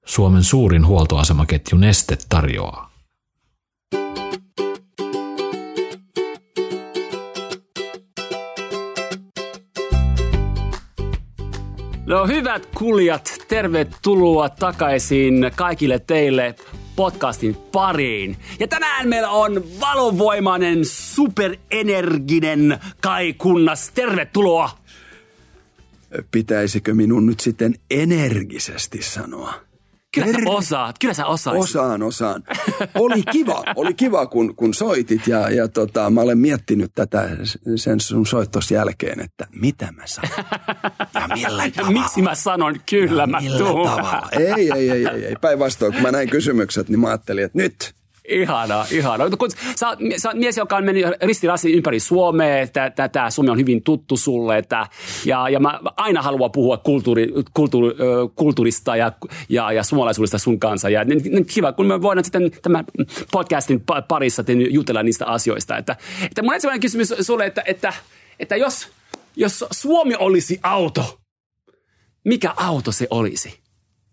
Suomen suurin huoltoasemaketju Neste tarjoaa. No hyvät kuulijat, tervetuloa takaisin kaikille teille podcastin pariin. Ja tänään meillä on valovoimainen, superenerginen Kai Kunnas. Tervetuloa! Pitäisikö minun nyt sitten energisesti sanoa? Kyllä sä osaisit. Osaan. Oli kiva kun soitit ja mä olen miettinyt tätä sen sun soittos jälkeen, että mitä mä sanon ja millä tavalla. Miksi mä sanon kyllä mä tuun? Tavalla. Ei. Päinvastoin, kun mä näin kysymykset, niin mä ajattelin, että nyt. Ihanaa. Kun sä oot mies, joka on mennyt ristirastiin ympäri Suomea, että tämä Suomi on hyvin tuttu sulle, ja mä aina haluan puhua kulttuurista ja suomalaisuudesta sun kanssa. Ja kiva, kun me voidaan sitten tämän podcastin parissa jutella niistä asioista. Että mun ensimmäinen kysymys sulle, että jos Suomi olisi auto, mikä auto se olisi?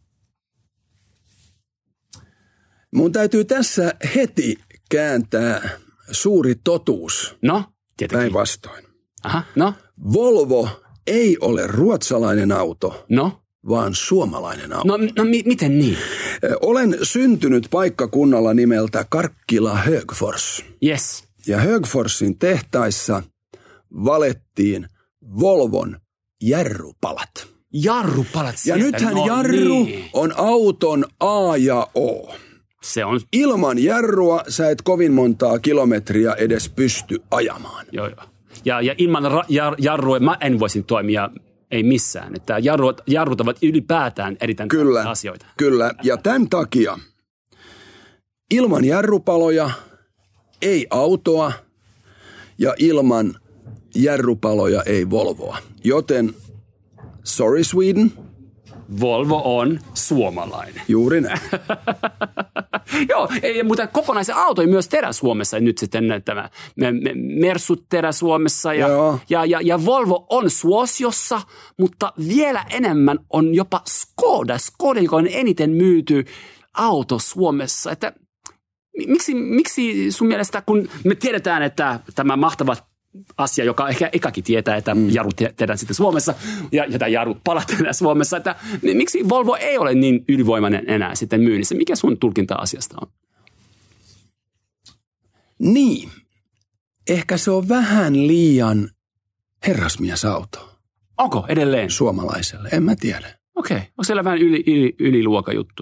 Mun täytyy tässä heti kääntää suuri totuus. No, tietenkin. Päinvastoin. Aha, no. Volvo ei ole ruotsalainen auto, no, vaan suomalainen auto. No miten niin? Olen syntynyt paikkakunnalla nimeltä Karkkila Högfors. Yes. Ja Högforsin tehtaissa valettiin Volvon jarrupalat. Jarrupalat sieltä. Ja nythän jarru on auton A ja O. Se on. Ilman jarrua sä et kovin montaa kilometriä edes pysty ajamaan. Joo. Ja ilman jarrua mä en voisin toimia ei missään. Että jarrut ovat ylipäätään erittäin asioita. Kyllä, ja tämän takia ilman jarrupaloja ei autoa ja ilman jarrupaloja ei Volvoa. Joten sorry Sweden. Volvo on suomalainen. Juuri näin. Joo, mutta kokonaisen auto myös terä Suomessa nyt sitten tämä Mersut terä Suomessa ja Volvo on suosiossa, mutta vielä enemmän on jopa Skoda, joka on eniten myyty auto Suomessa. Että miksi sun mielestä, kun me tiedetään, että tämä mahtava asia, joka ehkä ekakin tietää, että jarrut tehdään sitten Suomessa ja tämä jarrut palat tehdään Suomessa, että miksi Volvo ei ole niin ylivoimainen enää sitten myynnissä? Mikä sun tulkinta asiasta on? Niin, ehkä se on vähän liian herrasmiesauto. Onko edelleen? Suomalaiselle, en mä tiedä. Okei, onko siellä vähän yliluokan juttu?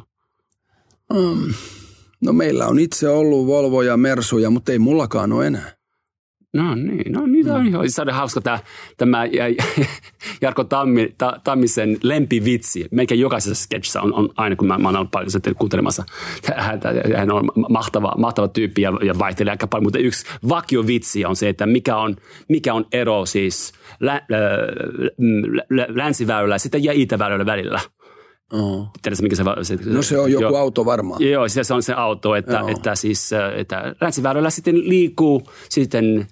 No meillä on itse ollut Volvoja ja Mersuja, mutta ei mullakaan ole enää. No niitä on ihan. Se on hauska tämä Jarkko Tammisen lempivitsi. Meikä jokaisessa sketchissä on aina, kun mä oon ollut paljon sitten kuuntelemassa. Hän on mahtava tyyppi ja vaihtelee aika paljon. Mutta yksi vakiovitsi on se, että mikä on ero siis länsiväylällä sitten ja itäväylällä välillä. Tiedätkö, mikä se no se on joku auto varmaan. Joo, se on se auto, että länsiväylällä sitten liikkuu sitten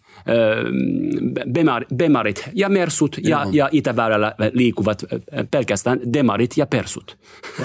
bemarit ja mersut ja itäväylällä liikuvat pelkästään demarit ja persut.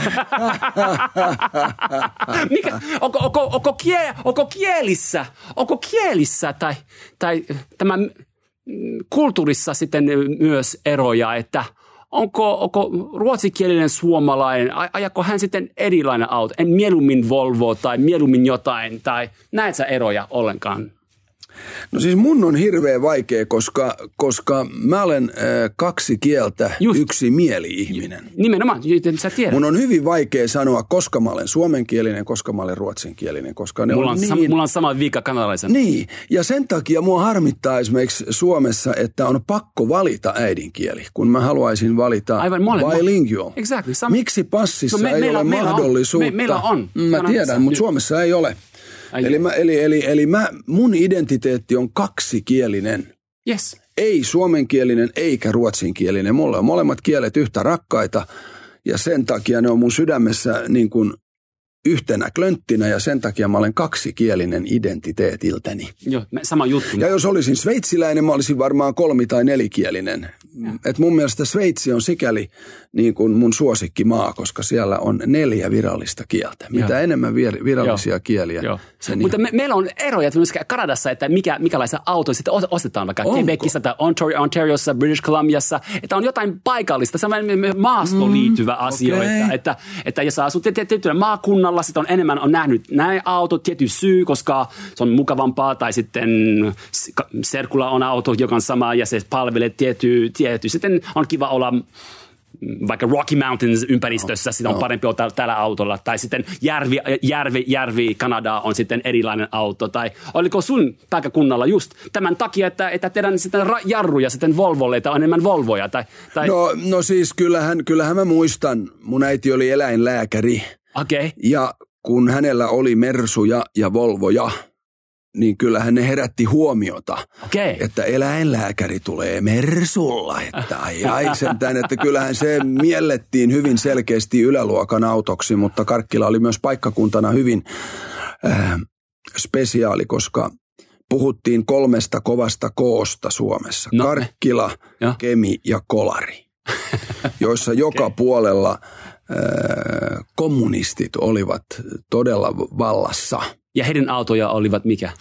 Onko kielissä tai tämän kulttuurissa sitten myös eroja, että onko ruotsikielinen suomalainen, ajako hän sitten erilainen auto, en mieluummin Volvo tai mieluummin jotain, tai näet sä eroja ollenkaan? No siis mun on hirveän vaikea, koska mä olen kaksi kieltä, yksi mieli-ihminen. Nimenomaan, sä tiedät. Mun on hyvin vaikea sanoa, koska mä olen suomenkielinen, koska mä olen ruotsinkielinen, koska ne mulla on sama viikka kanalaisen. Niin, ja sen takia mua harmittaa esimerkiksi Suomessa, että on pakko valita äidinkieli, kun mä haluaisin valita bilingual. Exactly. Miksi passissa ei ole mahdollisuutta? Meillä on. Mä tiedän, mutta Suomessa ei ole. Eli mun identiteetti on kaksikielinen. Yes. Ei suomenkielinen eikä ruotsinkielinen. Mulle on molemmat kielet yhtä rakkaita ja sen takia ne on mun sydämessä niin kuin yhtenä klönttinä ja sen takia mä olen kaksikielinen identiteetiltäni. Joo, sama juttu. Ja jos olisin sveitsiläinen, mä olisin varmaan 3- tai 4-kielinen. Et mun mielestä Sveitsi on sikäli niin kuin mun suosikkimaa, koska siellä on 4 virallista kieltä. Mitä enemmän virallisia kieliä. Mutta meillä on eroja myös Kanadassa, että mikälaisia autoja sitten ostetaan vaikka Quebecissa tai Ontariossa, British Columbiassa. Että on jotain paikallista, sellainen maastoon liittyvä asioita. Että jos asut tietyllä maakunnalla, sitten on nähnyt näin autot, tietty syy, koska se on mukavampaa. Tai sitten serkulla on auto, joka on sama ja se palvelee tietty. Sitten on kiva olla vaikka Rocky Mountains ympäristössä, sitä on parempi olla tällä autolla. Tai sitten järvi Kanada on sitten erilainen auto. Tai oliko sun paikkakunnalla just tämän takia, että tehdään sitten jarruja sitten Volvolle, että on enemmän Volvoja? Tai... No siis kyllähän mä muistan, mun äiti oli eläinlääkäri. Okay. Ja kun hänellä oli Mersuja ja Volvoja, niin kyllähän ne herätti huomiota, että eläinlääkäri tulee Mersulla. Että ai sentään, että kyllähän se miellettiin hyvin selkeästi yläluokan autoksi, mutta Karkkila oli myös paikkakuntana hyvin spesiaali, koska puhuttiin 3 kovasta koosta Suomessa. Karkkila, Kemi ja Kolari, joissa joka puolella kommunistit olivat todella vallassa. Ja heidän autoja olivat mikä?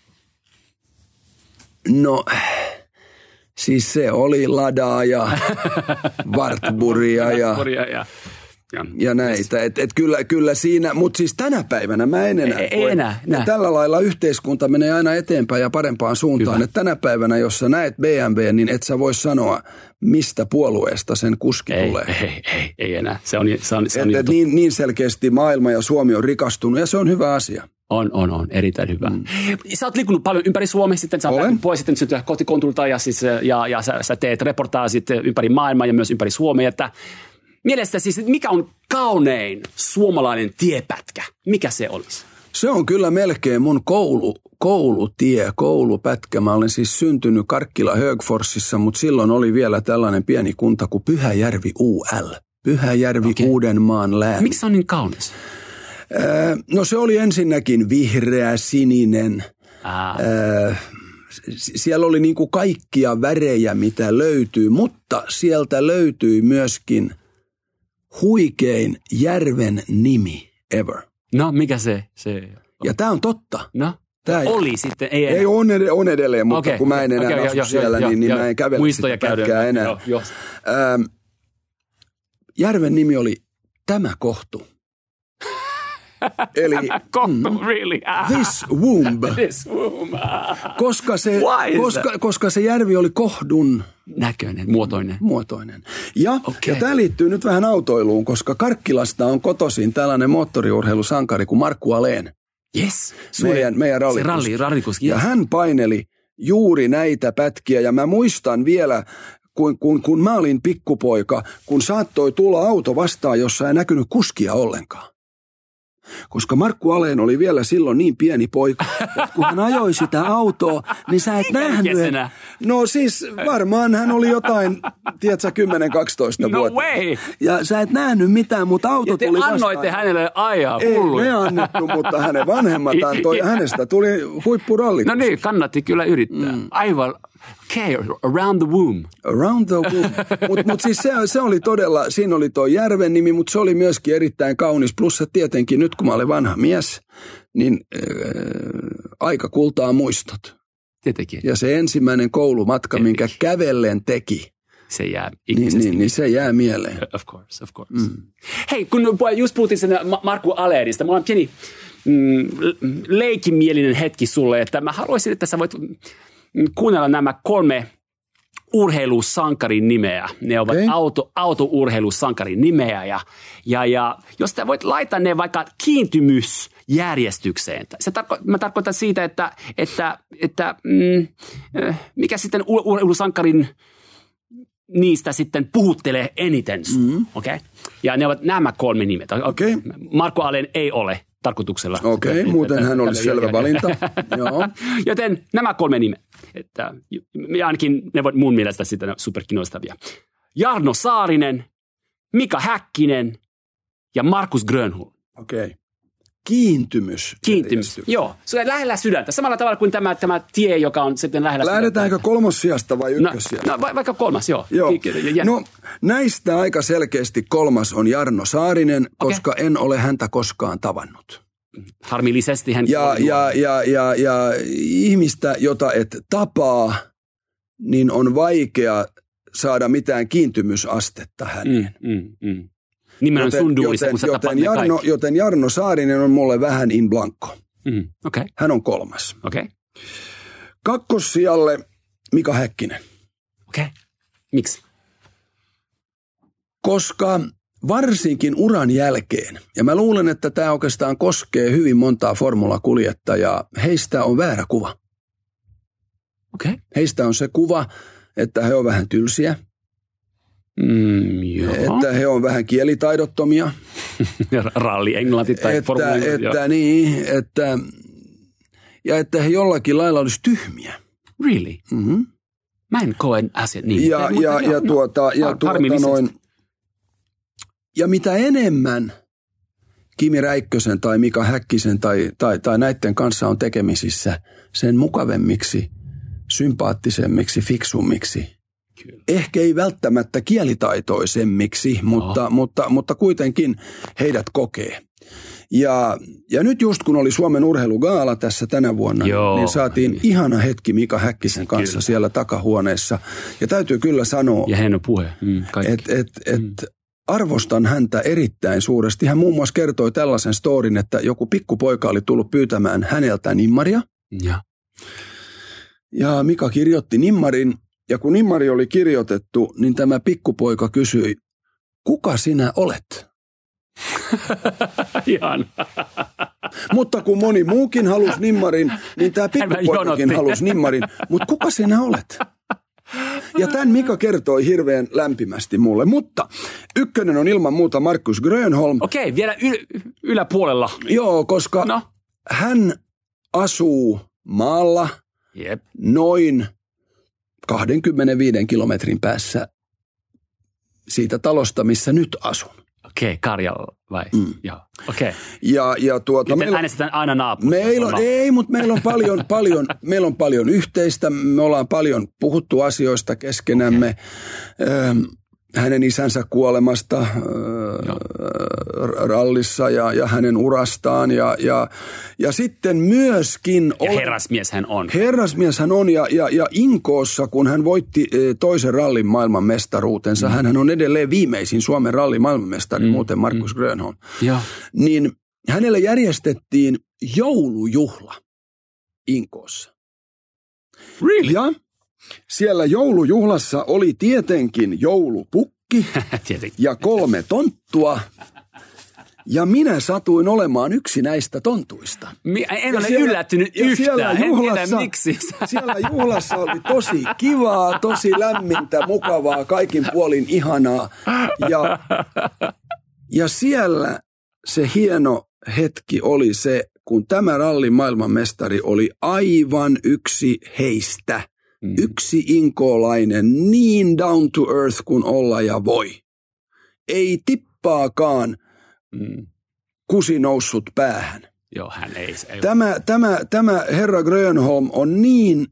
No, siis se oli Ladaa ja Wartburgia ja näitä. Et kyllä siinä, mutta siis tänä päivänä mä en enää. Ei enää. Tällä lailla yhteiskunta menee aina eteenpäin ja parempaan suuntaan. Että tänä päivänä, jos sä näet BMW, niin et sä voi sanoa, mistä puolueesta sen kuski tulee. Ei enää. Se on niin selkeästi maailma ja Suomi on rikastunut ja se on hyvä asia. On erittäin hyvä. Sä oot liikkunut paljon ympäri Suomea, sitten sä oot pois sitten kotikontulta ja sä teet reportaasit ympäri maailmaa ja myös ympäri Suomea. Että mielestäni siis, mikä on kaunein suomalainen tiepätkä? Mikä se olisi? Se on kyllä melkein mun koulupätkä. Mä olen siis syntynyt Karkkila Högforsissa, mutta silloin oli vielä tällainen pieni kunta kuin Pyhäjärvi UL. Pyhäjärvi Uudenmaan lääni. Miksi se on niin kaunis? No se oli ensinnäkin vihreä, sininen. Siellä oli niin kuin kaikkia värejä, mitä löytyy, mutta sieltä löytyi myöskin huikein järven nimi ever. No, mikä se? Ja tämä on totta. No, oli sitten, ei enää. Ei, on edelleen, mutta kun mä en enää asu siellä, niin mä en kävele sitä pätkää enää. Järven nimi oli Tämä kohtu. Eli really? This womb. Koska se järvi oli kohdun näköinen, muotoinen. Ja tämä liittyy nyt vähän autoiluun, koska Karkkilasta on kotoisin tällainen moottoriurheilusankari kuin Markku Alén. Yes. Meidän rallikuski. Ja hän paineli juuri näitä pätkiä ja mä muistan vielä, kun mä olin pikkupoika, kun saattoi tulla auto vastaan, jossa ei näkynyt kuskia ollenkaan. Koska Markku Alén oli vielä silloin niin pieni poika, että kun hän ajoi sitä autoa, niin sä et nähnyt. No siis varmaan hän oli jotain, tiedätkö, 10-12 vuotta. No way! Ja sä et nähnyt mitään, mutta auto tuli vastaan. Ja te annoitte hänelle ajaa hullu. Ei me annettu, mutta hänen vanhemmat antoi. Hänestä tuli huippurallikus. No niin, kannatti kyllä yrittää. Aivan. Around the womb. Around the womb. Mutta siis se oli todella, siinä oli tuo järven nimi, mutta se oli myöskin erittäin kaunis. Plus tietenkin nyt kun mä olen vanha mies, niin aika kultaa muistot. Tietenkin. Ja se ensimmäinen koulumatka, minkä kävellen teki. Se jää ikuisesti. Niin se jää mieleen. Of course. Hei, kun just puhuttiin sen Markku Alénista, mulla on pieni leikimielinen hetki sulle, että mä haluaisin, että sä voit kuunnella nämä 3 urheilusankarin nimeä. Ne ovat autourheilusankarin nimeä ja jos sä voit laittaa ne vaikka kiintymysjärjestykseen. Mä tarkoitan siitä, että mikä sitten urheilusankarin niistä sitten puhuttelee eniten. Okay? Ja ne ovat nämä 3 nimet. Markku Alén ei ole tarkoituksella. Muuten hän olisi selvä valinta. Joo. Joten nämä 3 nimet, että ainakin ne ovat mun mielestä sitten superkiinnostavia. Jarno Saarinen, Mika Häkkinen ja Markus Grönholm. kiintymys. Joo. Se on lähellä sydäntä. Samalla tavalla kuin tämä tie, joka on sitten lähellä sydäntä. Lähdetäänkö kolmossijasta vai ykkössijasta? No, vaikka kolmas, joo. No, näistä aika selkeästi kolmas on Jarno Saarinen, koska en ole häntä koskaan tavannut. Harmillisesti hän... Ja ihmistä, jota et tapaa, niin on vaikea saada mitään kiintymysastetta häneen. Nimenomaan sun duunissa, kun sä tapaat ne kaikki. Joten Jarno Saarinen on mulle vähän in blanco. Okay. Hän on kolmas. Okay. Kakkossijalle Mika Häkkinen. Okei. Okay. Miksi? Koska varsinkin uran jälkeen, ja mä luulen, että tämä oikeastaan koskee hyvin montaa formulakuljettajaa, heistä on väärä kuva. Okay. Heistä on se kuva, että he on vähän tylsiä. Joo. Että he on vähän kielitaidottomia. Ralli englanti tai formula. Että he jollakin lailla olisi tyhmiä. Really? Mm-hmm. Mä en koe asiat niin. Ja mitä enemmän Kimi Räikkösen tai Mika Häkkisen tai näiden kanssa on tekemisissä, sen mukavemmiksi, sympaattisemmiksi, fiksummiksi. Kyllä. Ehkä ei välttämättä kielitaitoisemmiksi, mutta kuitenkin heidät kokee. Ja nyt just kun oli Suomen urheilugaala tässä tänä vuonna, niin saatiin ihana hetki Mika Häkkisen kanssa siellä takahuoneessa. Ja täytyy kyllä sanoa, ja hieno puhe, että arvostan häntä erittäin suuresti. Hän muun muassa kertoi tällaisen storin, että joku pikkupoika oli tullut pyytämään häneltä nimmaria. Ja Mika kirjoitti nimmarin. Ja kun nimmari oli kirjoitettu, niin tämä pikkupoika kysyi, kuka sinä olet? Ihan. Mutta kun moni muukin halusi nimmarin, niin tämä pikkupoikakin halusi nimmarin. Mutta kuka sinä olet? Ja tämän Mika kertoi hirveän lämpimästi mulle. Mutta ykkönen on ilman muuta Markus Grönholm. Okei, vielä yläpuolella. Joo, koska hän asuu maalla noin 25 kilometrin päässä siitä talosta, missä nyt asun. Okei, Karjala vai? Joo, okei. Joten äänestetään aina naapurissa. Mutta meillä on paljon yhteistä. Me ollaan paljon puhuttu asioista keskenämme. Hänen isänsä kuolemasta rallissa ja hänen urastaan. Ja sitten myöskin... Ja herrasmies hän on. Herrasmies hän on ja Inkoossa, kun hän voitti toisen rallin maailmanmestaruutensa, hän on edelleen viimeisin Suomen rallin maailmanmestari, muuten Markus Grönholm. Niin hänelle järjestettiin joulujuhla Inkoossa. Really? Ja siellä joulujuhlassa oli tietenkin joulupukki ja 3 tonttua. Ja minä satuin olemaan yksi näistä tontuista. En ole yllättynyt yhtään. En tiedä miksi. Siellä juhlassa oli tosi kivaa, tosi lämmintä, mukavaa, kaikin puolin ihanaa. Ja siellä se hieno hetki oli se, kun tämä rallin maailmanmestari oli aivan yksi heistä. Yksi inkoolainen, niin down to earth kuin olla ja voi. Ei tippaakaan kusi noussut päähän. Joo, hän ei. Tämä herra Grönholm on niin,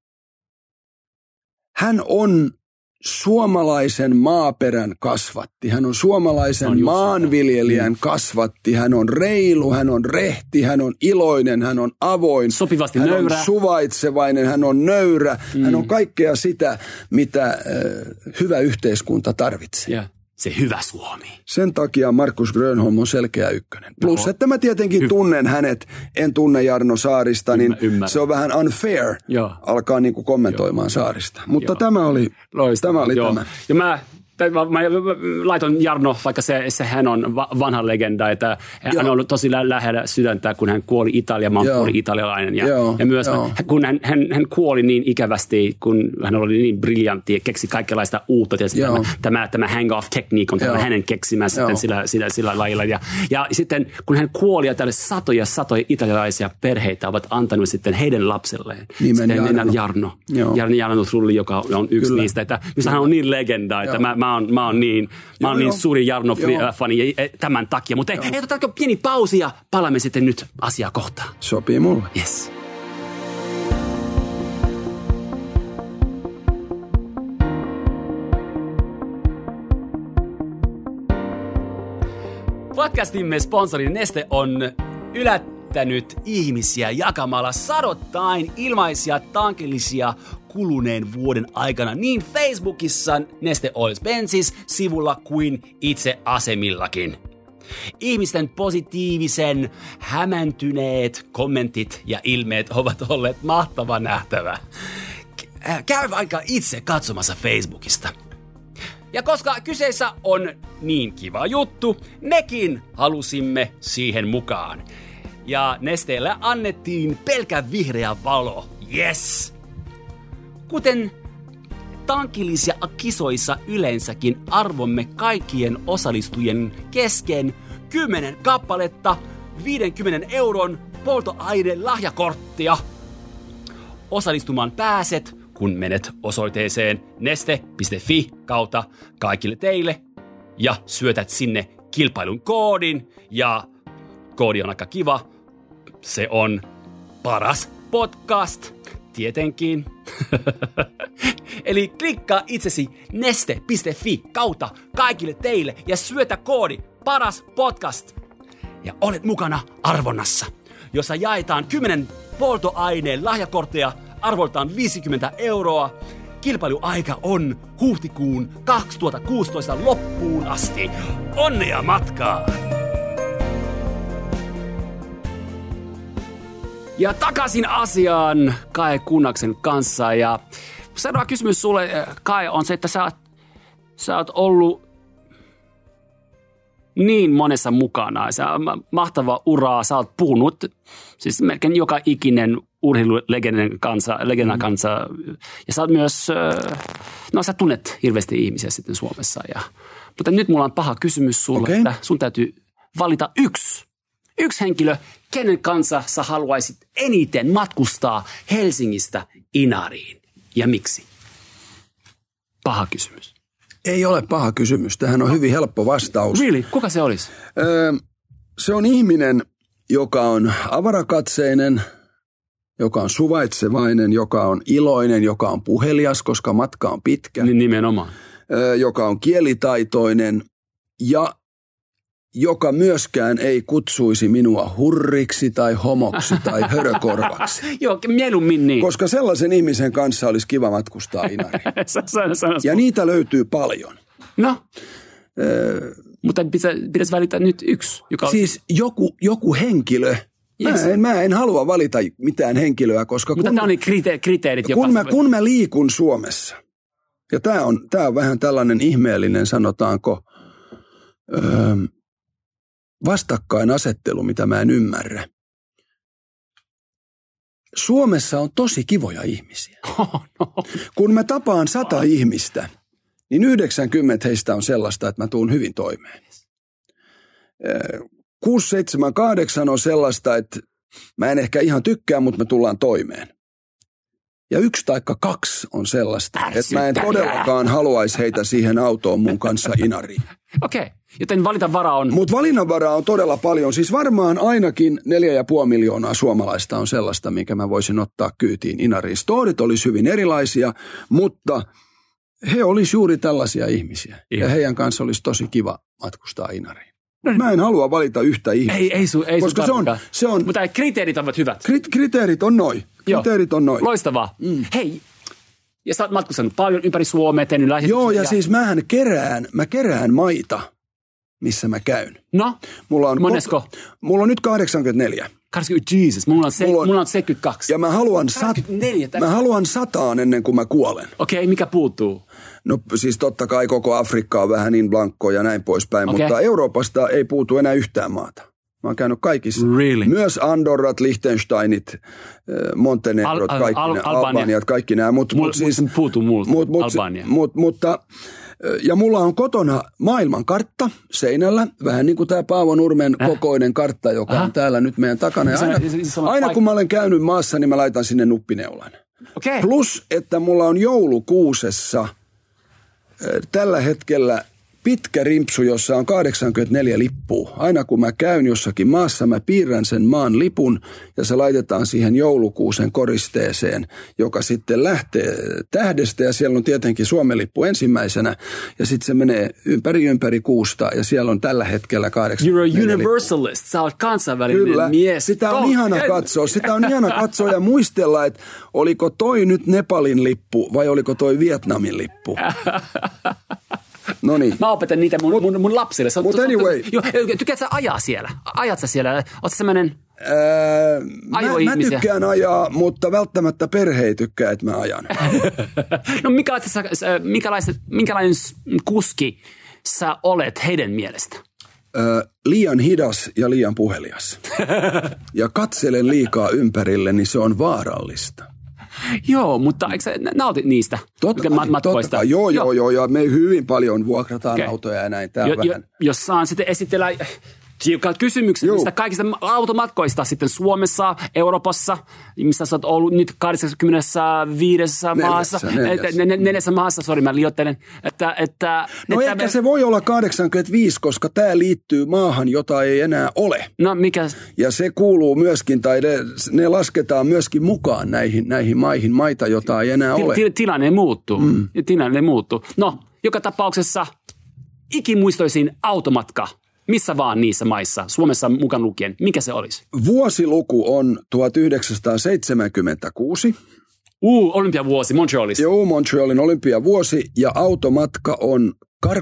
hän on suomalaisen maaperän kasvatti. Hän on suomalaisen maanviljelijän kasvatti. Hän on reilu, hän on rehti, hän on iloinen, hän on avoin. Sopivasti hän nöyrä. On suvaitsevainen, hän on nöyrä. Hän on kaikkea sitä, mitä hyvä yhteiskunta tarvitsee. Yeah. Se hyvä Suomi. Sen takia Markus Grönholm on selkeä ykkönen. Plus, että mä tietenkin tunnen hänet, en tunne Jarno Saarista, niin se on vähän unfair alkaa niin kuin kommentoimaan Saarista. Mutta tämä oli tämä. Ja mä laitoin Jarno, vaikka hän on vanha legenda, että hän on ollut tosi lähellä sydäntä, kun hän kuoli Italiaan, mä oon kuoli italialainen. Ja myös kun hän kuoli niin ikävästi, kun hän oli niin briljantti ja keksi kaikenlaista uutta. Tämä hang-off-tekniikka on hänen keksimässä sillä lailla. Ja sitten kun hän kuoli ja tälle satoja italialaisia perheitä ovat antanut sitten heidän lapselleen. Nimen Jarno. Jarno Trulli, joka on yksi niistä. Että hän on niin legenda, että mä mä oon niin suuri Jarno-fani tämän takia. Mutta ei otetaanko pieni pausi ja palaamme sitten nyt asiaa kohtaan. Sopii mulle. Yes. Podcastimme sponsori Neste on yllättänyt ihmisiä jakamalla sadottain ilmaisia tankillisia kuluneen vuoden aikana niin Facebookissa Neste Oils Benzis sivulla kuin itse asemillakin. Ihmisten positiivisen, hämäntyneet kommentit ja ilmeet ovat olleet mahtava nähtävä. Käy vaikka itse katsomassa Facebookista. Ja koska kyseessä on niin kiva juttu, mekin halusimme siihen mukaan. Ja Nesteelle annettiin pelkä vihreä valo. Yes! Kuten tankillisia kisoissa yleensäkin arvomme kaikkien osallistujien kesken 10 kappaletta 50 euron polttoaineen lahjakorttia. Osallistumaan pääset, kun menet osoitteeseen neste.fi kautta kaikille teille ja syötät sinne kilpailun koodin. Ja koodi on aika kiva. Se on paras podcast. Tietenkin. Eli klikkaa itsesi neste.fi kautta kaikille teille ja syötä koodi paras podcast. Ja olet mukana arvonnassa, jossa jaetaan 10 polttoaineen lahjakortteja arvoltaan 50 euroa. Kilpailuaika on huhtikuun 2016 loppuun asti. Onnea matkaa! Ja takaisin asiaan Kai Kunnaksen kanssa. Ja seuraava kysymys sulle, Kai, on se, että sä oot ollut niin monessa mukana. Sä mahtava uraa, sä oot puhunut siis melkein joka ikinen urheilulegendan kanssa. Ja sä oot myös, sä tunnet hirveästi ihmisiä sitten Suomessa. Mutta nyt mulla on paha kysymys sulle, että sun täytyy valita yksi henkilö, kenen kanssa sä haluaisit eniten matkustaa Helsingistä Inariin. Ja miksi? Paha kysymys. Ei ole paha kysymys. Tähän on hyvin helppo vastaus. Really? Kuka se olisi? Se on ihminen, joka on avarakatseinen, joka on suvaitsevainen, joka on iloinen, joka on puhelias, koska matka on pitkä. Nimenomaan. Joka on kielitaitoinen ja joka myöskään ei kutsuisi minua hurriksi tai homoksi tai hörökorvaksi. Joo, mieluummin niin. Koska sellaisen ihmisen kanssa olisi kiva matkustaa Inariin. Ja niitä löytyy paljon. No, mutta pitäisi valita nyt yksi. Siis joku henkilö. Yes. Mä en halua valita mitään henkilöä, koska mutta tämä on ne kriteerit. Kun mä liikun Suomessa, ja tämä on vähän tällainen ihmeellinen, sanotaanko, vastakkainasettelu, mitä mä en ymmärrä. Suomessa on tosi kivoja ihmisiä. Kun mä tapaan 100 ihmistä, niin 90 heistä on sellaista, että mä tuun hyvin toimeen. 6, 7, 8 on sellaista, että mä en ehkä ihan tykkää, mutta me tullaan toimeen. Ja 1 tai 2 on sellaista, että mä en todellakaan haluaisi heitä siihen autoon mun kanssa Inariin. Okei. Joten valinnanvaraa on... Mutta valinnanvaraa on todella paljon. Siis varmaan ainakin 4,5 miljoonaa suomalaista on sellaista, minkä mä voisin ottaa kyytiin Inariin. Storit olisi hyvin erilaisia, mutta he olisi juuri tällaisia ihmisiä. Ja heidän kanssa olisi tosi kiva matkustaa Inariin. Mä en halua valita yhtä ihmistä. Ei koska se on... Mutta kriteerit ovat hyvät. Kriteerit on noin. Loistavaa. Hei, ja sä oot matkustanut paljon ympäri Suomea, tehnyt lähetyksiä. Joo, ja siis mä kerään maita, missä mä käyn. No, monesko? Mulla on nyt 84. Jesus, mulla on 72. Ja mä haluan 100 ennen kuin mä kuolen. Okei, mikä puuttuu? No siis totta kai koko Afrikka on vähän niin blankko ja näin poispäin, mutta Euroopasta ei puutu enää yhtään maata. Mä oon käynyt kaikissa. Really? Myös Andorrat, Liechtensteinit, Montenegrot, kaikki Albaniat, kaikki nämä. Albania. Mutta ja mulla on kotona maailmankartta seinällä, vähän niin kuin tämä Paavo Nurmen kokoinen kartta, joka on täällä nyt meidän takana. Ja aina kun mä olen käynyt maassa, niin mä laitan sinne nuppineulan. Okay. Plus, että mulla on joulukuusessa tällä hetkellä pitkä rimpsu, jossa on 84 lippua. Aina kun mä käyn jossakin maassa, mä piirrän sen maan lipun ja se laitetaan siihen joulukuusen koristeeseen, joka sitten lähtee tähdestä ja siellä on tietenkin Suomen lippu ensimmäisenä ja sitten se menee ympäri kuusta ja siellä on tällä hetkellä 84 You're a universalist, sä oot kansainvälinen Kyllä. mies. Sitä on ihana katsoa ja muistella, että oliko toi nyt Nepalin lippu vai oliko toi Vietnamin lippu. No niin. Mä opetan niitä mun lapsille. Mutta anyway. Tykkäät sä ajaa siellä? Ajat sä siellä? Oot sä semmoinen mä tykkään ajaa, mutta välttämättä perhe ei tykkää, että mä ajan. No minkälainen kuski sä olet heidän mielestä? Liian hidas ja liian puhelias. Ja katselen liikaa ympärille, niin se on vaarallista. Joo, mutta eikö sä nautit niistä matkoista? Joo, ja me hyvin paljon vuokrataan autoja ja näin. Jos saan sitten esitellä tiukat kysymykset niistä kaikista automatkoista sitten Suomessa, Euroopassa, missä sä oot ollut nyt 85 maassa. Neljässä maassa, sori mä liioittelen. Ehkä se voi olla 85, koska tämä liittyy maahan, jota ei enää ole. No mikä? Ja se kuuluu myöskin, tai ne lasketaan myöskin mukaan näihin maihin, maita, jota ei enää ole. Tilanne muuttuu. Tilanne muuttuu. No, joka tapauksessa ikimuistoisin automatka. Missä vaan niissä maissa, Suomessa mukaan lukien, mikä se olisi? Vuosiluku on 1976. Olympiavuosi Montrealissa. Joo, Montrealin olympiavuosi ja automatka on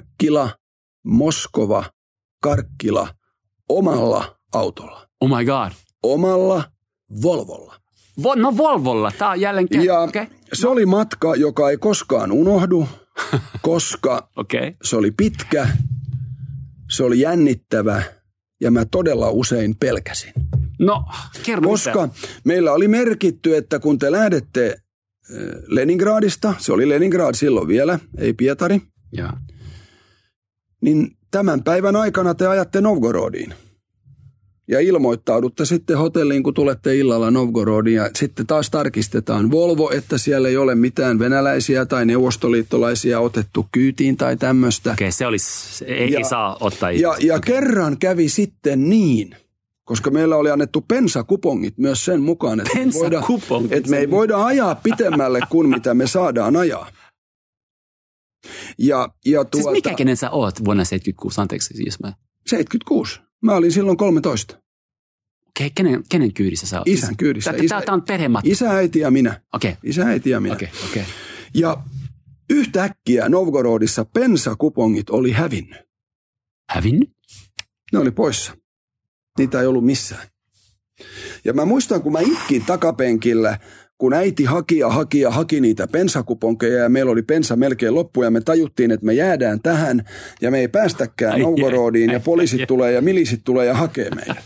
Karkkila omalla autolla. Oh my god. Omalla Volvolla. Volvolla, tää on jälleen se oli matka, joka ei koskaan unohdu, koska se oli pitkä. Se oli jännittävä ja mä todella usein pelkäsin. No, kerro koska meillä oli merkitty, että kun te lähdette Leningradista, se oli Leningrad silloin vielä, ei Pietari, niin tämän päivän aikana te ajatte Novgorodiin. Ja ilmoittaudutte sitten hotelliin, kun tulette illalla Novgorodiin ja sitten taas tarkistetaan Volvo, että siellä ei ole mitään venäläisiä tai neuvostoliittolaisia otettu kyytiin tai tämmöistä. Okei, se olisi, ei saa ottaa. Ja kerran kävi sitten niin, koska meillä oli annettu pensakupongit myös sen mukaan, että me ei voida ajaa pitemmälle kuin mitä me saadaan ajaa. Siis mikä kenen sä oot vuonna 76, anteeksi jos mä... 76. Mä olin silloin 13. Okei, kenen kyydissä sä oot? Isän kyydissä. Tämä on perhematka. Isä, äiti ja minä. Okei. Isä, äiti ja minä. Okei. Ja yhtäkkiä Novgorodissa pensakupongit oli hävinnyt. Hävinnyt? Ne oli poissa. Niitä ei ollut missään. Ja mä muistan, kun mä itkin takapenkillä, kun äiti haki niitä pensakuponkeja ja meillä oli pensa melkein loppu ja me tajuttiin, että me jäädään tähän ja me ei päästäkään Novgorodiin ja poliisit tulee ja milisit tulee ja hakee meidät.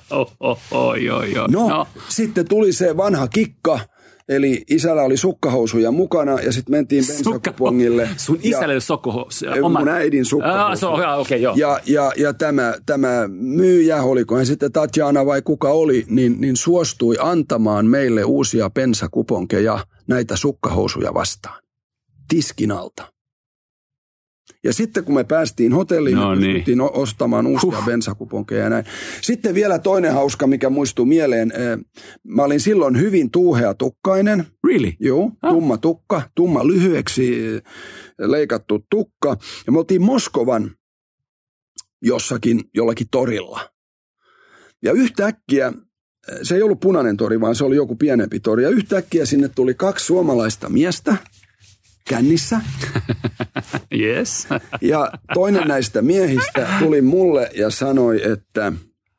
No, sitten tuli se vanha kikka, eli isällä oli sukkahousuja mukana ja sitten mentiin bensakupongille. Sun isällä oli sukkahousuja? Mun äidin sukkahousuja. Ja tämä myyjä, olikohan sitten Tatjana vai kuka oli, niin suostui antamaan meille uusia bensakuponkeja näitä sukkahousuja vastaan. Tiskin alta. Ja sitten kun me päästiin hotelliin, me pystyttiin ostamaan uusia bensakuponkeja ja näin. Sitten vielä toinen hauska, mikä muistuu mieleen. Mä olin silloin hyvin tuuheatukkainen. Really? Joo, tumma tukka, tumma lyhyeksi leikattu tukka. Ja me oltiin Moskovan jollakin torilla. Ja yhtäkkiä, se ei ollut punainen tori, vaan se oli joku pienempi tori. Ja yhtäkkiä sinne tuli 2 suomalaista miestä kännissä. Yes. Ja toinen näistä miehistä tuli mulle ja sanoi, että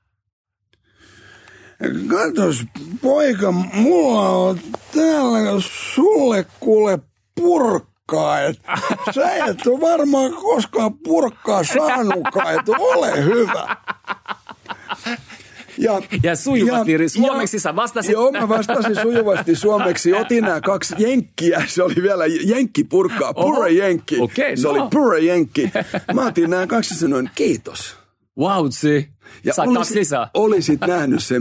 katos poika, mulla on täällä sulle kuule purkkaa. Sä et ole varmaan koskaan purkkaa saanutkaan, et ole hyvä. Ja sujuvasti suomeksi sä vastasit. Joo, mä vastasin sujuvasti suomeksi. Otin nämä 2 jenkkiä. Se oli vielä jenkkipurkkaa. Pure jenkki. Okay, se oli pure jenkki. Mä otin nämä 2 ja sanoin kiitos. Wow, Ja saat taas lisää. Olisit nähnyt sen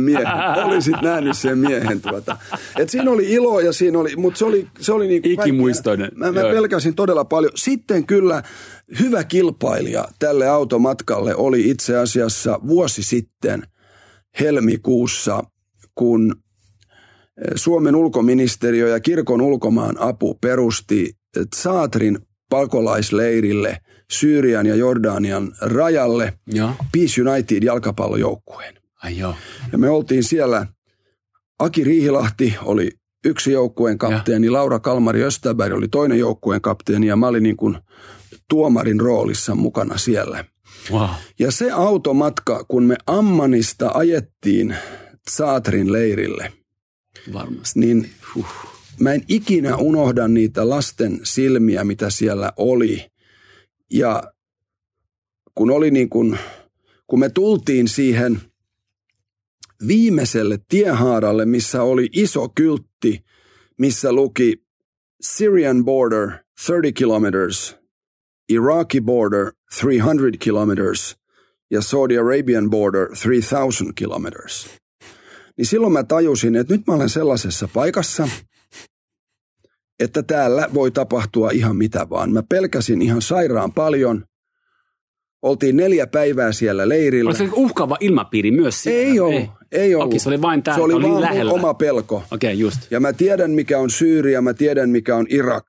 miehen. Et siinä oli ilo ja siinä oli, mutta se oli niin kuin ikimuistoinen. Mä pelkäsin todella paljon. Sitten kyllä hyvä kilpailija tälle automatkalle oli itse asiassa vuosi sitten helmikuussa, kun Suomen ulkoministeriö ja kirkon ulkomaan apu perusti Zaatrin pakolaisleirille Syyrian ja Jordanian rajalle Peace United jalkapallojoukkueen. Ja me oltiin siellä, Aki Riihilahti oli yksi joukkueen kapteeni, Laura Kalmari Österberg oli toinen joukkueen kapteeni ja mä olin niin kuin tuomarin roolissa mukana siellä. Wow. Ja se automatka, kun me Ammanista ajettiin Zaatrin leirille, varmasti. Niin mä en ikinä unohda niitä lasten silmiä, mitä siellä oli. Ja kun oli niin kuin, kun me tultiin siihen viimeiselle tiehaaralle, missä oli iso kyltti, missä luki Syrian border 30 kilometers, Iraqi border 300 kilometers ja Saudi Arabian border 3000 kilometers. Niin silloin mä tajusin, että nyt mä olen sellaisessa paikassa, että täällä voi tapahtua ihan mitä vaan. Mä pelkäsin ihan sairaan paljon. Oltiin 4 päivää siellä leirillä. Oli se uhkaava ilmapiiri myös siellä? Ei ollut. Okei, se oli vain täällä, se oli vaan lähellä. Oma pelko. Okei, just. Ja mä tiedän, mikä on Syyria, mä tiedän, mikä on Irak.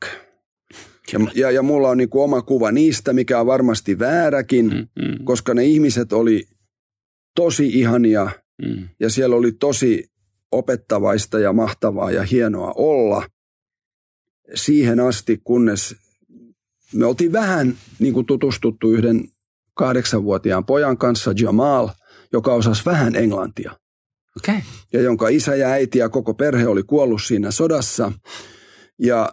Ja mulla on niin kuin oma kuva niistä, mikä on varmasti vääräkin, koska ne ihmiset oli tosi ihania ja siellä oli tosi opettavaista ja mahtavaa ja hienoa olla siihen asti, kunnes me oltiin vähän niin kuin tutustuttu yhden 8-vuotiaan pojan kanssa, Jamal, joka osasi vähän englantia. Okay. Ja jonka isä ja äiti ja koko perhe oli kuollut siinä sodassa. Ja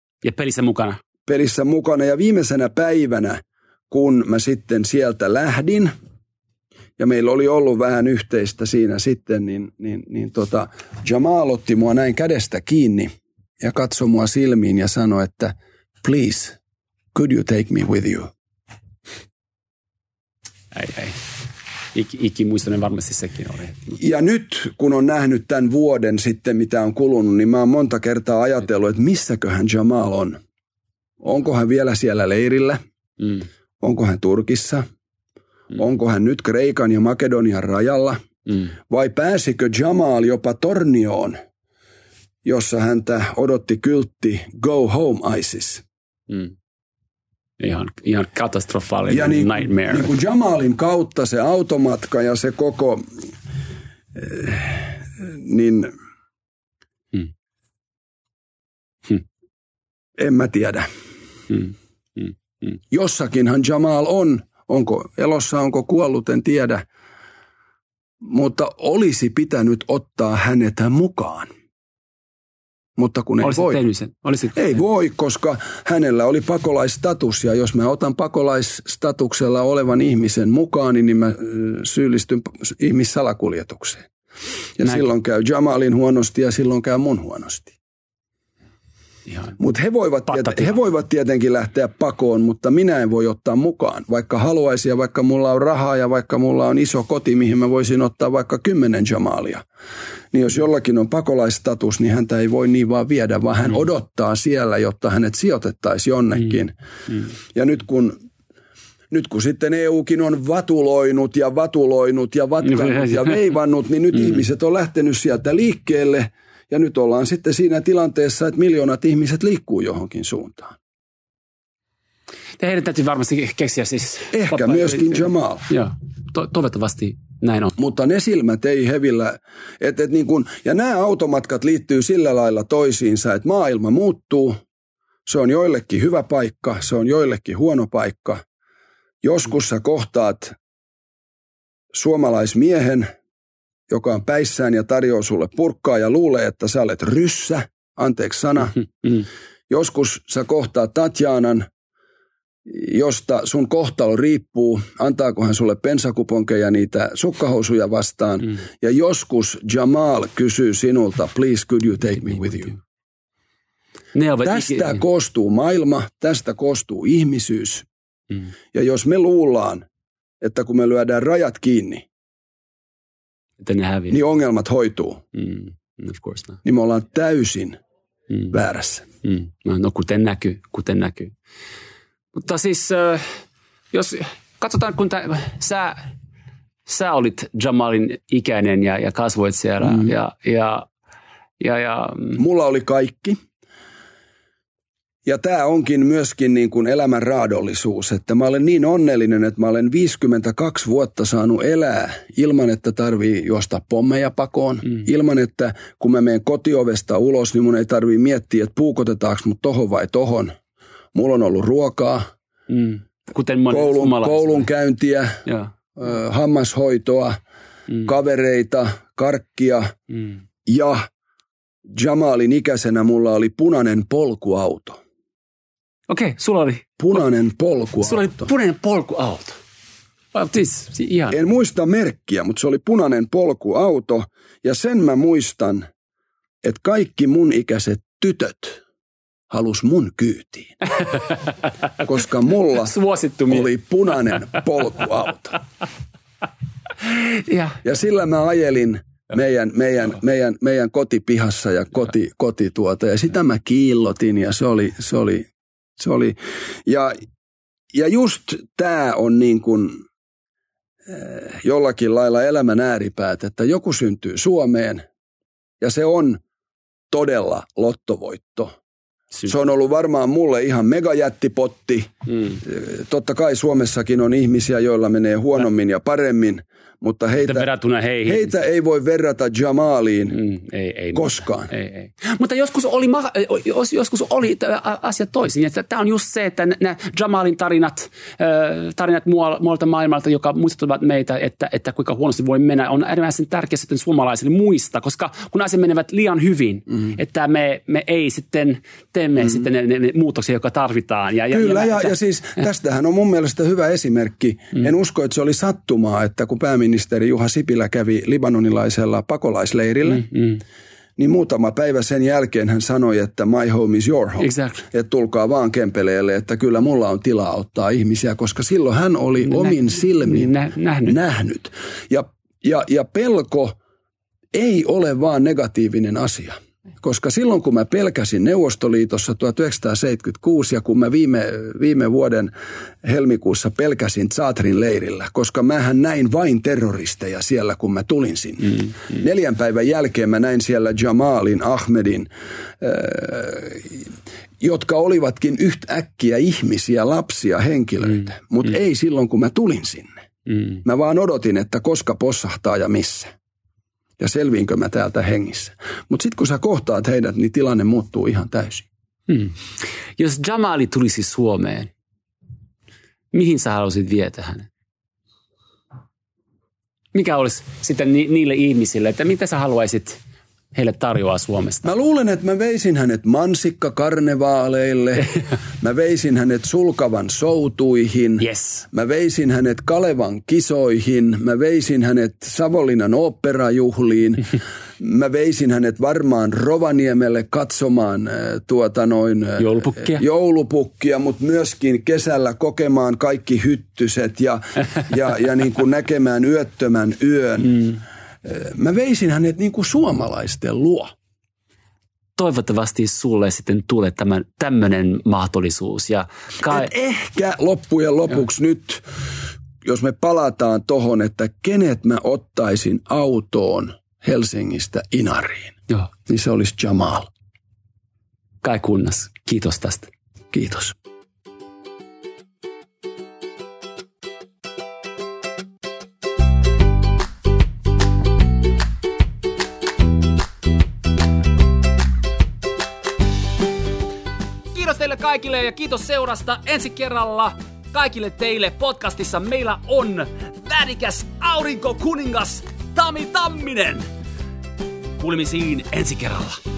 pelissä mukana. Ja viimeisenä päivänä, kun mä sitten sieltä lähdin, ja meillä oli ollut vähän yhteistä siinä sitten, niin Jamal otti mua näin kädestä kiinni ja katsoi mua silmiin ja sanoi, että please, could you take me with you? Ei. Ikimuistoinen varmasti sekin oli. Ja nyt, kun on nähnyt tämän vuoden sitten, mitä on kulunut, niin mä oon monta kertaa ajatellut, että missäköhän Jamal on. Onko hän vielä siellä leirillä? Onko hän Turkissa? Onko hän nyt Kreikan ja Makedonian rajalla? Vai pääsikö Jamal jopa Tornioon, jossa häntä odotti kyltti Go Home ISIS? Ihan katastrofaalinen ja nightmare. Niin kuin Jamalin kautta se automatka ja se koko, niin en mä tiedä. Jossakinhan Jamal on. Onko elossa, onko kuollut, en tiedä. Mutta olisi pitänyt ottaa hänet mukaan. Mutta kun ei voi. Ei voi, koska hänellä oli pakolaistatus ja jos mä otan pakolaisstatuksella olevan ihmisen mukaan, niin mä syyllistyn ihmissalakuljetukseen. Ja silloin käy Jamalin huonosti ja silloin käy mun huonosti. Mutta he voivat tietenkin lähteä pakoon, mutta minä en voi ottaa mukaan. Vaikka haluaisin ja vaikka mulla on rahaa ja vaikka mulla on iso koti, mihin mä voisin ottaa vaikka 10 Jamalia. Niin jos jollakin on pakolaistatus, niin häntä ei voi niin vaan viedä, vaan hän odottaa siellä, jotta hänet sijoitettaisiin jonnekin. Ja nyt kun sitten EUkin on vatuloinut ja vatkannut ja veivannut, niin nyt ihmiset on lähtenyt sieltä liikkeelle. Ja nyt ollaan sitten siinä tilanteessa, että miljoonat ihmiset liikkuu johonkin suuntaan. Heidän täytyy varmasti keksiä siis. Ehkä myöskin Jamal. Joo, toivottavasti näin on. Mutta ne silmät ei hevillä. Ja nämä automatkat liittyy sillä lailla toisiinsa, että maailma muuttuu. Se on joillekin hyvä paikka, se on joillekin huono paikka. Joskus sä kohtaat suomalaismiehen, joka on päissään ja tarjoaa sulle purkkaa ja luulee, että sä olet ryssä, anteeksi sana. Joskus sä kohtaat Tatjanan, josta sun kohtalo riippuu, antaako hän sulle pensakuponkeja niitä sukkahousuja vastaan. Ja joskus Jamal kysyy sinulta, please could you take me with you. Tästä koostuu maailma, tästä koostuu ihmisyys. Ja jos me luullaan, että kun me lyödään rajat kiinni, niin ongelmat hoituu. Of course not. Niin me ollaan täysin väärässä. No kuten näkyy. Mutta siis, jos katsotaan, kun sä olit Jamalin ikäinen ja kasvoit siellä Mulla oli kaikki. Ja tämä onkin myöskin niin kuin elämän raadollisuus, että mä olen niin onnellinen, että mä olen 52 vuotta saanut elää ilman, että tarvii juosta pommeja pakoon. Ilman, että kun mä menen kotiovesta ulos, niin mun ei tarvii miettiä, että puukotetaanko mut tohon vai tohon. Mulla on ollut ruokaa, kuten koulun käyntiä, hammashoitoa, kavereita, karkkia ja Jamalin ikäisenä mulla oli punainen polkuauto. Okei, sulla oli punainen polkuauto. Sulla oli punainen polkuauto. En muista merkkiä, mutta se oli punainen polkuauto. Ja sen mä muistan, että kaikki mun ikäiset tytöt halus mun kyytiin. Koska mulla oli punainen polkuauto. Ja sillä mä ajelin meidän kotipihassa ja ja sitä mä kiillotin ja se oli ja just tää on niin kuin jollakin lailla elämän ääripäät, että joku syntyy Suomeen ja se on todella lottovoitto. Se on ollut varmaan mulle ihan megajättipotti. Totta kai Suomessakin on ihmisiä, joilla menee huonommin ja paremmin, mutta heitä ei voi verrata Jamaliin koskaan. Ei. Mutta joskus oli asia toisin. Tämä on just se, että nämä Jamalin tarinat muualta maailmalta, joka muistuttavat meitä, että kuinka huonosti voi mennä, on äärimmäisen tärkeää sitten suomalaisille muistaa, koska kun asiat menevät liian hyvin, että me ei sitten teemme sitten ne muutoksia, jotka tarvitaan. Ja siis tästähän on mun mielestä hyvä esimerkki. En usko, että se oli sattumaa, että kun pääministeri Juha Sipilä kävi libanonilaisella pakolaisleirillä, niin muutama päivä sen jälkeen hän sanoi, että my home is your home. Exactly. Että tulkaa vaan Kempeleelle, että kyllä mulla on tilaa ottaa ihmisiä, koska silloin hän oli omin silmin nähnyt. Ja pelko ei ole vaan negatiivinen asia. Koska silloin, kun mä pelkäsin Neuvostoliitossa 1976 ja kun mä viime vuoden helmikuussa pelkäsin Zaatrin leirillä, koska mähän näin vain terroristeja siellä, kun mä tulin sinne. 4 päivän jälkeen mä näin siellä Jamalin, Ahmedin, jotka olivatkin yhtäkkiä ihmisiä, lapsia, henkilöitä, mutta ei silloin, kun mä tulin sinne. Mä vaan odotin, että koska possahtaa ja missä. Ja selviinkö mä täältä hengissä. Mutta sitten kun sä kohtaat heidät, niin tilanne muuttuu ihan täysin. Jos Jamali tulisi Suomeen, mihin sä haluaisit vietä hänet? Mikä olisi sitten niille ihmisille, että mitä sä haluaisit heille tarjoaa Suomesta? Mä luulen, että mä veisin hänet mansikkakarnevaaleille. Mä veisin hänet Sulkavan soutuihin. Yes. Mä veisin hänet Kalevan kisoihin. Mä veisin hänet Savonlinnan oopperajuhliin. Mä veisin hänet varmaan Rovaniemelle katsomaan joulupukkia, mutta myöskin kesällä kokemaan kaikki hyttyset ja niin kuin näkemään yöttömän yön. Mä veisin hänet niin kuin suomalaisten luo. Toivottavasti sulle sitten tulee tämmöinen mahdollisuus. Ehkä loppujen lopuksi nyt, jos me palataan tohon, että kenet mä ottaisin autoon Helsingistä Inariin, niin se olisi Jamal. Kai kunnas. Kiitos tästä. Kiitos. Teille kaikille ja kiitos seurasta. Ensi kerralla kaikille teille podcastissa meillä on värikäs aurinkokuningas Tami Tamminen. Kuulemisiin ensi kerralla.